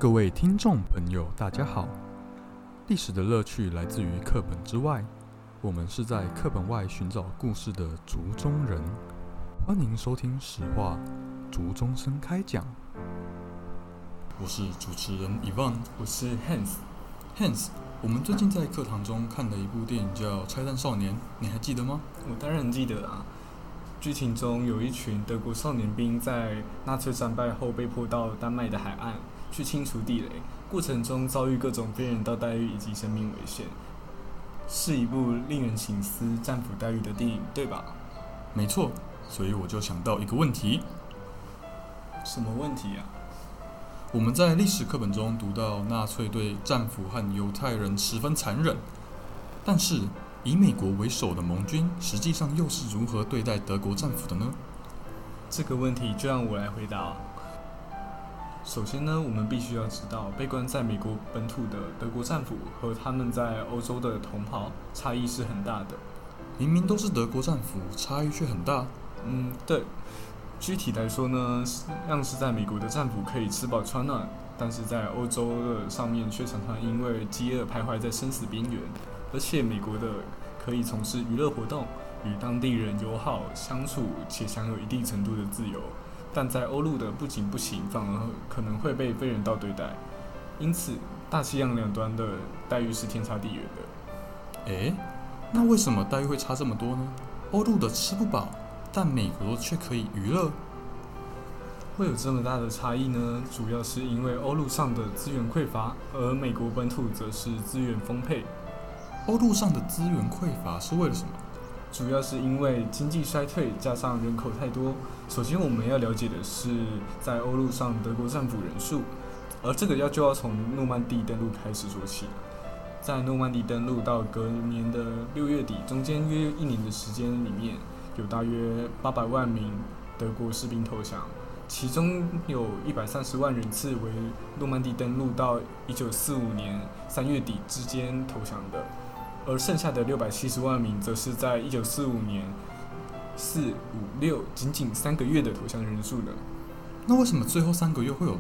各位听众朋友，大家好。历史的乐趣来自于课本之外，我们是在课本外寻找故事的竹中人。欢迎收听史话竹中生开讲。我是主持人 Ivan， 我是 Hans。我们最近在课堂中看了一部电影叫《拆弹少年》，你还记得吗？ 我当然记得啊。剧情中有一群德国少年兵在纳粹战败后被迫到丹麦的海岸去清除地雷，过程中遭遇各种非人道待遇以及生命危险，是一部令人省思战俘待遇的电影，对吧？ 没错，所以我就想到一个问题。 什么问题啊？ 我们在历史课本中读到纳粹对战俘和犹太人十分残忍，但是以美国为首的盟军实际上又是如何对待德国战俘的呢？ 这个问题就让我来回答。首先呢，我们必须要知道，被关在美国本土的德国战俘和他们在欧洲的同袍差异是很大的。 明明都是德国战俘，差异却很大。 对。具体来说呢，像是在美国的战俘可以吃饱穿暖，但是在欧洲的上面却常常因为饥饿徘徊在生死边缘。而且美国的可以从事娱乐活动，与当地人友好相处，且享有一定程度的自由。但在欧陆的不仅不行，反而可能会被非人道对待。因此，大西洋两端的待遇是天差地远的。 那为什么待遇会差这么多呢？欧陆的吃不饱，但美国却可以娱乐。 会有这么大的差异呢？主要是因为欧陆上的资源匮乏，而美国本土则是资源丰沛。 欧陆上的资源匮乏是为了什么？ 主要是因为经济衰退加上人口太多。首先我们要了解的是在欧陆上德国战俘人数，而这个就要从诺曼底登陆开始说起。在诺曼底登陆到隔年的6月底，中间约1年的时间里面，有大约800万名德国士兵投降，其中有130万人次为诺曼底登陆到1945年3月底之间投降的，而剩下的670万名则是在1945年4、5、6仅仅3个月的投降人数呢。 那为什么最后3个月会有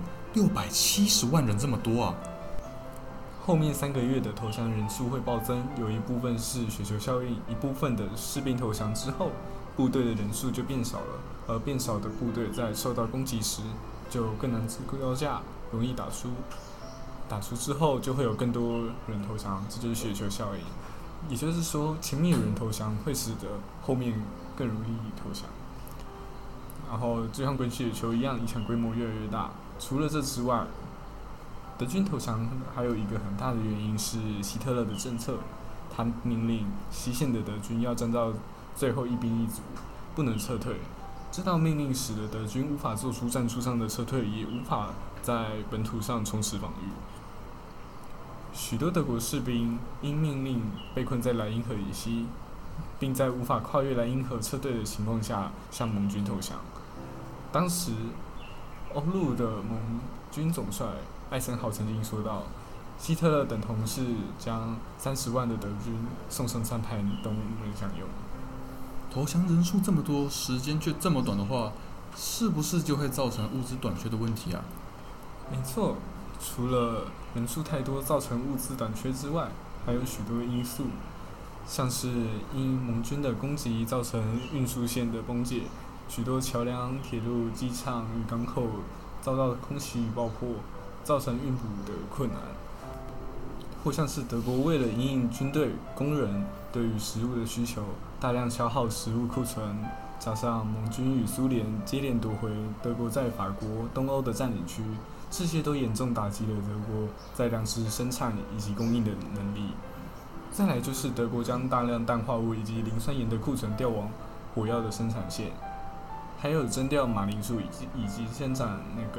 670万人这么多啊？ 后面3个月的投降人数会暴增，有一部分是雪球效应，一部分的士兵投降之后，部队的人数就变少了，而变少的部队在受到攻击时就更难自高架，容易打输。打输之后就会有更多人投降，这就是雪球效应。也就是说，前面有人投降会使得后面更容易投降，然后就像滚雪球一样，影响规模越来越大。除了这之外，德军投降还有一个很大的原因是希特勒的政策，他命令西线的德军要站到最后一兵一卒，不能撤退。这道命令使得德军无法做出战术上的撤退，也无法在本土上充实防御。许多德国士兵因命令被困在莱茵河以西，并在无法跨越莱茵河撤退的情况下向盟军投降。当时，欧陆的盟军总帅艾森豪曾经说道：“希特勒等同是将30万的德军送上餐盘供我们享用。” 投降人数这么多，时间却这么短的话，是不是就会造成物资短缺的问题啊？ 没错，除了人数太多造成物资短缺之外，还有许多因素，像是因盟军的攻击造成运输线的崩解，许多桥梁、铁路、机场与港口遭到空袭与爆破，造成运补的困难；或像是德国为了因应军队、工人对于食物的需求，大量消耗食物库存，加上盟军与苏联接连夺回德国在法国、东欧的占领区，这些都严重打击了德国在粮食生产以及供应的能力。再来就是德国将大量氮化物以及磷酸盐的库存调往火药的生产线，还有征调马铃薯以及生产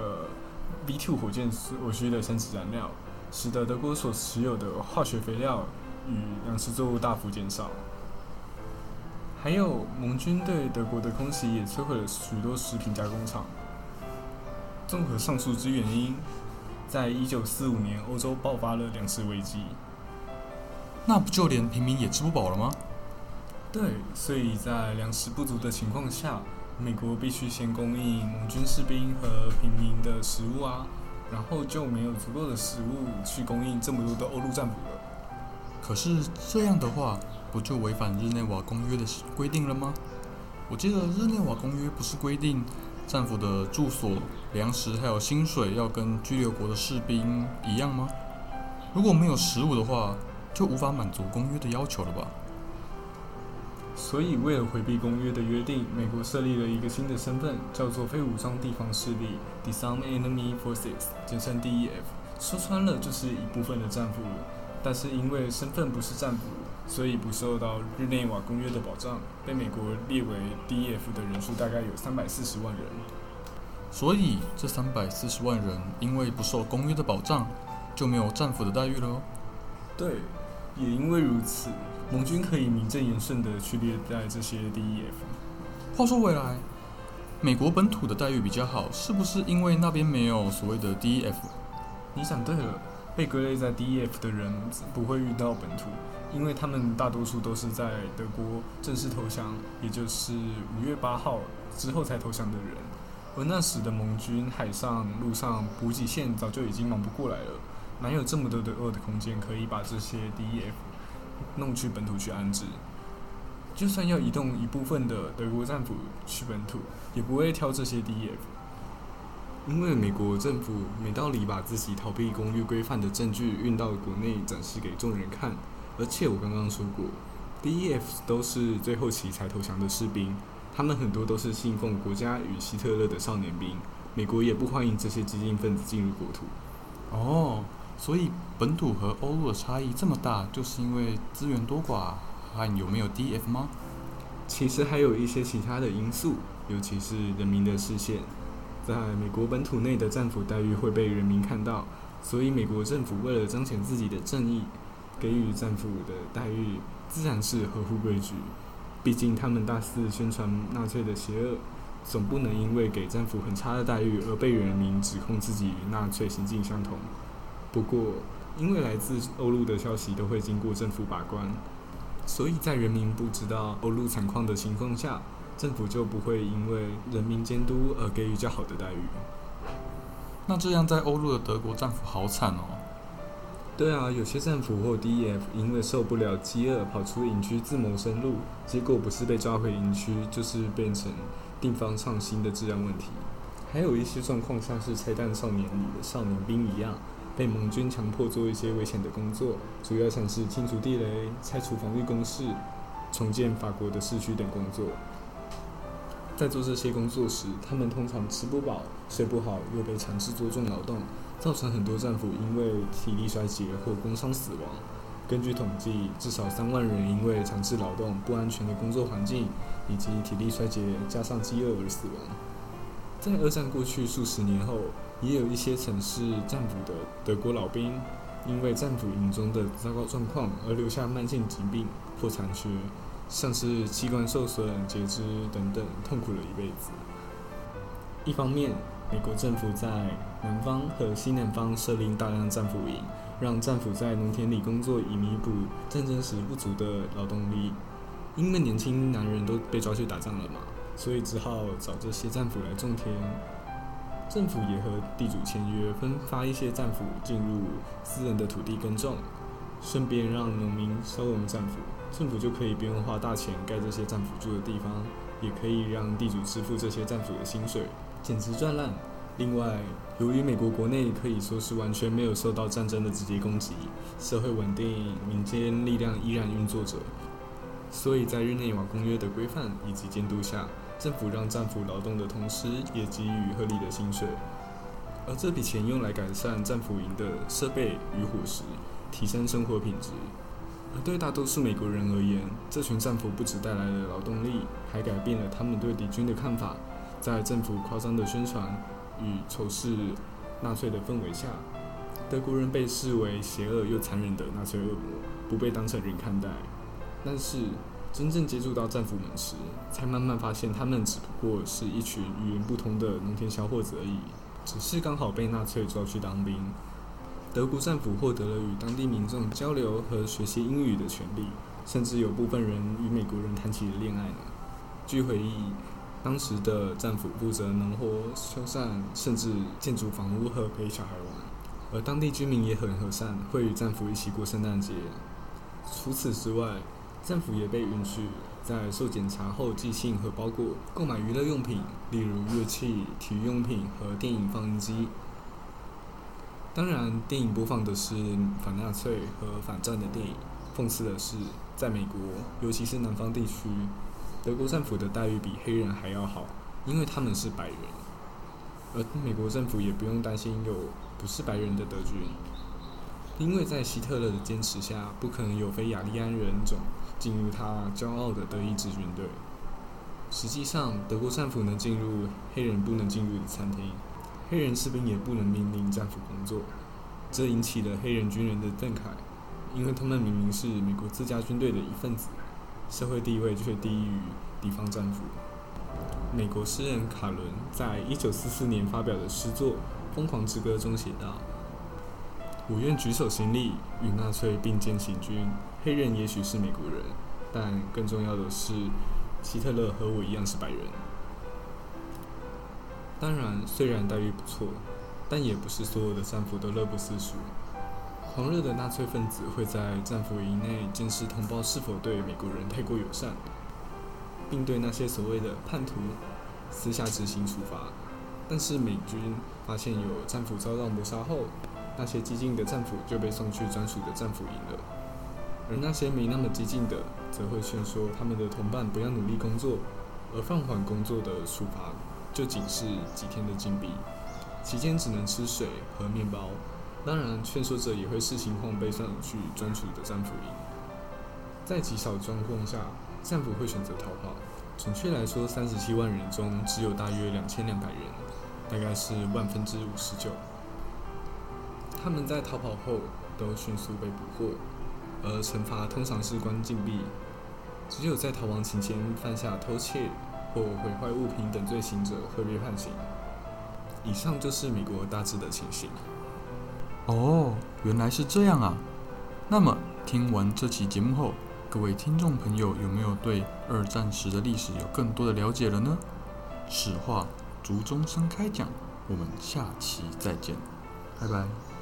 V2 火箭所需的生殖燃料，使得德国所持有的化学肥料与粮食作物大幅减少。还有盟军对德国的空袭也摧毁了许多食品加工厂。综合上述之原因，在1945年欧洲爆发了粮食危机。 那不就连平民也吃不饱了吗？ 对，所以在粮食不足的情况下，美国必须先供应盟军士兵和平民的食物啊， 然后就没有足够的食物去供应这么多的欧陆战俘了。 可是这样的话，不就违反日内瓦公约的规定了吗？我记得日内瓦公约不是规定战俘的住所、粮食还有薪水要跟居留国的士兵一样吗？如果没有食物的话，就无法满足公约的要求了吧？ 所以为了回避公约的约定，美国设立了一个新的身份，叫做非武装地方势力 （Disarmed Enemy Forces），简称 DEF。说穿了就是一部分的战俘，但是因为身份不是战俘，所以不受到日内瓦公约的保障，被美国列为 DEF 的人数大概有340万人。 所以这340万人因为不受公约的保障，就没有战俘的待遇了哦。 对，也因为如此，盟军可以名正言顺地去列待这些 DEF。 话说回来，美国本土的待遇比较好，是不是因为那边没有所谓的 DEF？ 你想对了，被归类在 DEF 的人不会遇到本土，因为他们大多数都是在德国正式投降，也就是5月8号之后才投降的人。而那时的盟军海上、陆上补给线早就已经忙不过来了，哪有这么多的空间可以把这些 DEF 弄去本土去安置？就算要移动一部分的德国战俘去本土，也不会挑这些 DEF。因为美国政府没道理把自己逃避公约规范的证据运到国内展示给众人看，而且我刚刚说过 ，DEF 都是最后期才投降的士兵，他们很多都是信奉国家与希特勒的少年兵，美国也不欢迎这些激进分子进入国土。 哦，所以本土和欧陆的差异这么大，就是因为资源多寡和有没有 DEF 吗？ 其实还有一些其他的因素，尤其是人民的视线。在美国本土内的战俘待遇会被人民看到，所以美国政府为了彰显自己的正义，给予战俘的待遇自然是合乎规矩。毕竟他们大肆宣传纳粹的邪恶，总不能因为给战俘很差的待遇而被人民指控自己与纳粹行径相同。不过，因为来自欧陆的消息都会经过政府把关，所以在人民不知道欧陆惨况的情况下，政府就不会因为人民监督而给予较好的待遇。 那这样在欧陆的德国战俘好惨哦。 对啊，有些战俘或 DEF 因为受不了饥饿，跑出营区自谋生路，结果不是被抓回营区，就是变成地方创新的治安问题。还有一些状况像是拆弹少年里的少年兵一样，被盟军强迫做一些危险的工作，主要像是清除地雷、拆除防御工事、重建法国的市区等工作。在做这些工作时，他们通常吃不饱、睡不好，又被强制做重劳动，造成很多战俘因为体力衰竭或工伤死亡。根据统计，至少3万人因为强制劳动、不安全的工作环境以及体力衰竭加上饥饿而死亡。在二战过去数十年后，也有一些曾是战俘的德国老兵，因为战俘营中的糟糕状况而留下慢性疾病或残缺，像是器官受损、截肢等等，痛苦了一辈子。一方面，美国政府在南方和西南方设立大量战俘营，让战俘在农田里工作，以弥补战争时不足的劳动力。因为年轻男人都被抓去打仗了嘛，所以只好找这些战俘来种田。政府也和地主签约，分发一些战俘进入私人的土地耕种，顺便让农民收容战俘，政府就可以不用花大钱盖这些战俘住的地方，也可以让地主支付这些战俘的薪水，简直赚烂。另外，由于美国国内可以说是完全没有受到战争的直接攻击，社会稳定，民间力量依然运作着，所以在日内瓦公约的规范以及监督下，政府让战俘劳动的同时，也给予合理的薪水，而这笔钱用来改善战俘营的设备与伙食，提升生活品质。而对大多数美国人而言，这群战俘不只带来了劳动力，还改变了他们对敌军的看法。在政府夸张的宣传与仇视纳粹的氛围下，德国人被视为邪恶又残忍的纳粹恶魔，不被当成人看待。但是真正接触到战俘们时，才慢慢发现他们只不过是一群语言不通的农田小伙子而已，只是刚好被纳粹抓去当兵。德国战俘获得了与当地民众交流和学习英语的权利，甚至有部分人与美国人谈起了恋爱呢。据回忆， 当时的战俘负责农活、修缮，甚至建筑房屋和陪小孩玩，而当地居民也很和善，会与战俘一起过圣诞节。除此之外，战俘也被允许在受检查后寄信和包裹，购买娱乐用品，例如乐器、体育用品和电影放映机。当然，电影播放的是反纳粹和反战的电影。讽刺的是，在美国，尤其是南方地区，德国战俘的待遇比黑人还要好，因为他们是白人。而美国政府也不用担心有不是白人的德军，因为在希特勒的坚持下，不可能有非雅利安人种进入他骄傲的德意志军队。实际上，德国战俘能进入黑人不能进入的餐厅，黑人士兵也不能命令战俘工作，这引起了黑人军人的愤慨，因为他们明明是美国自家军队的一份子，社会地位却低于敌方战俘。美国诗人卡伦在1944年发表的诗作《疯狂之歌》中写道：“我愿举手行礼，与纳粹并肩行军。黑人也许是美国人，但更重要的是，希特勒和我一样是白人。”当然，虽然待遇不错，但也不是所有的战俘都乐不思蜀。狂热的纳粹分子会在战俘营内监视同胞是否对美国人太过友善，并对那些所谓的叛徒私下执行处罚。但是美军发现有战俘遭到谋杀后，那些激进的战俘就被送去专属的战俘营了，而那些没那么激进的，则会劝说他们的同伴不要努力工作，而放缓工作的处罚就仅是几天的禁闭，期间只能吃水和面包。当然，劝说者也会视情况被送去专属的战俘营。在极少状况下，战俘会选择逃跑。准确来说，37万人中只有大约2200人，大概是59%。他们在逃跑后都迅速被捕获，而惩罚通常是关禁闭。只有在逃亡期间犯下偷窃或毁坏物品等罪行者会被判刑。以上就是美国大致的情形。 哦，原来是这样啊！那么听完这期节目后，各位听众朋友有没有对二战时的历史有更多的了解了呢？史话竹中生开讲，我们下期再见，拜拜。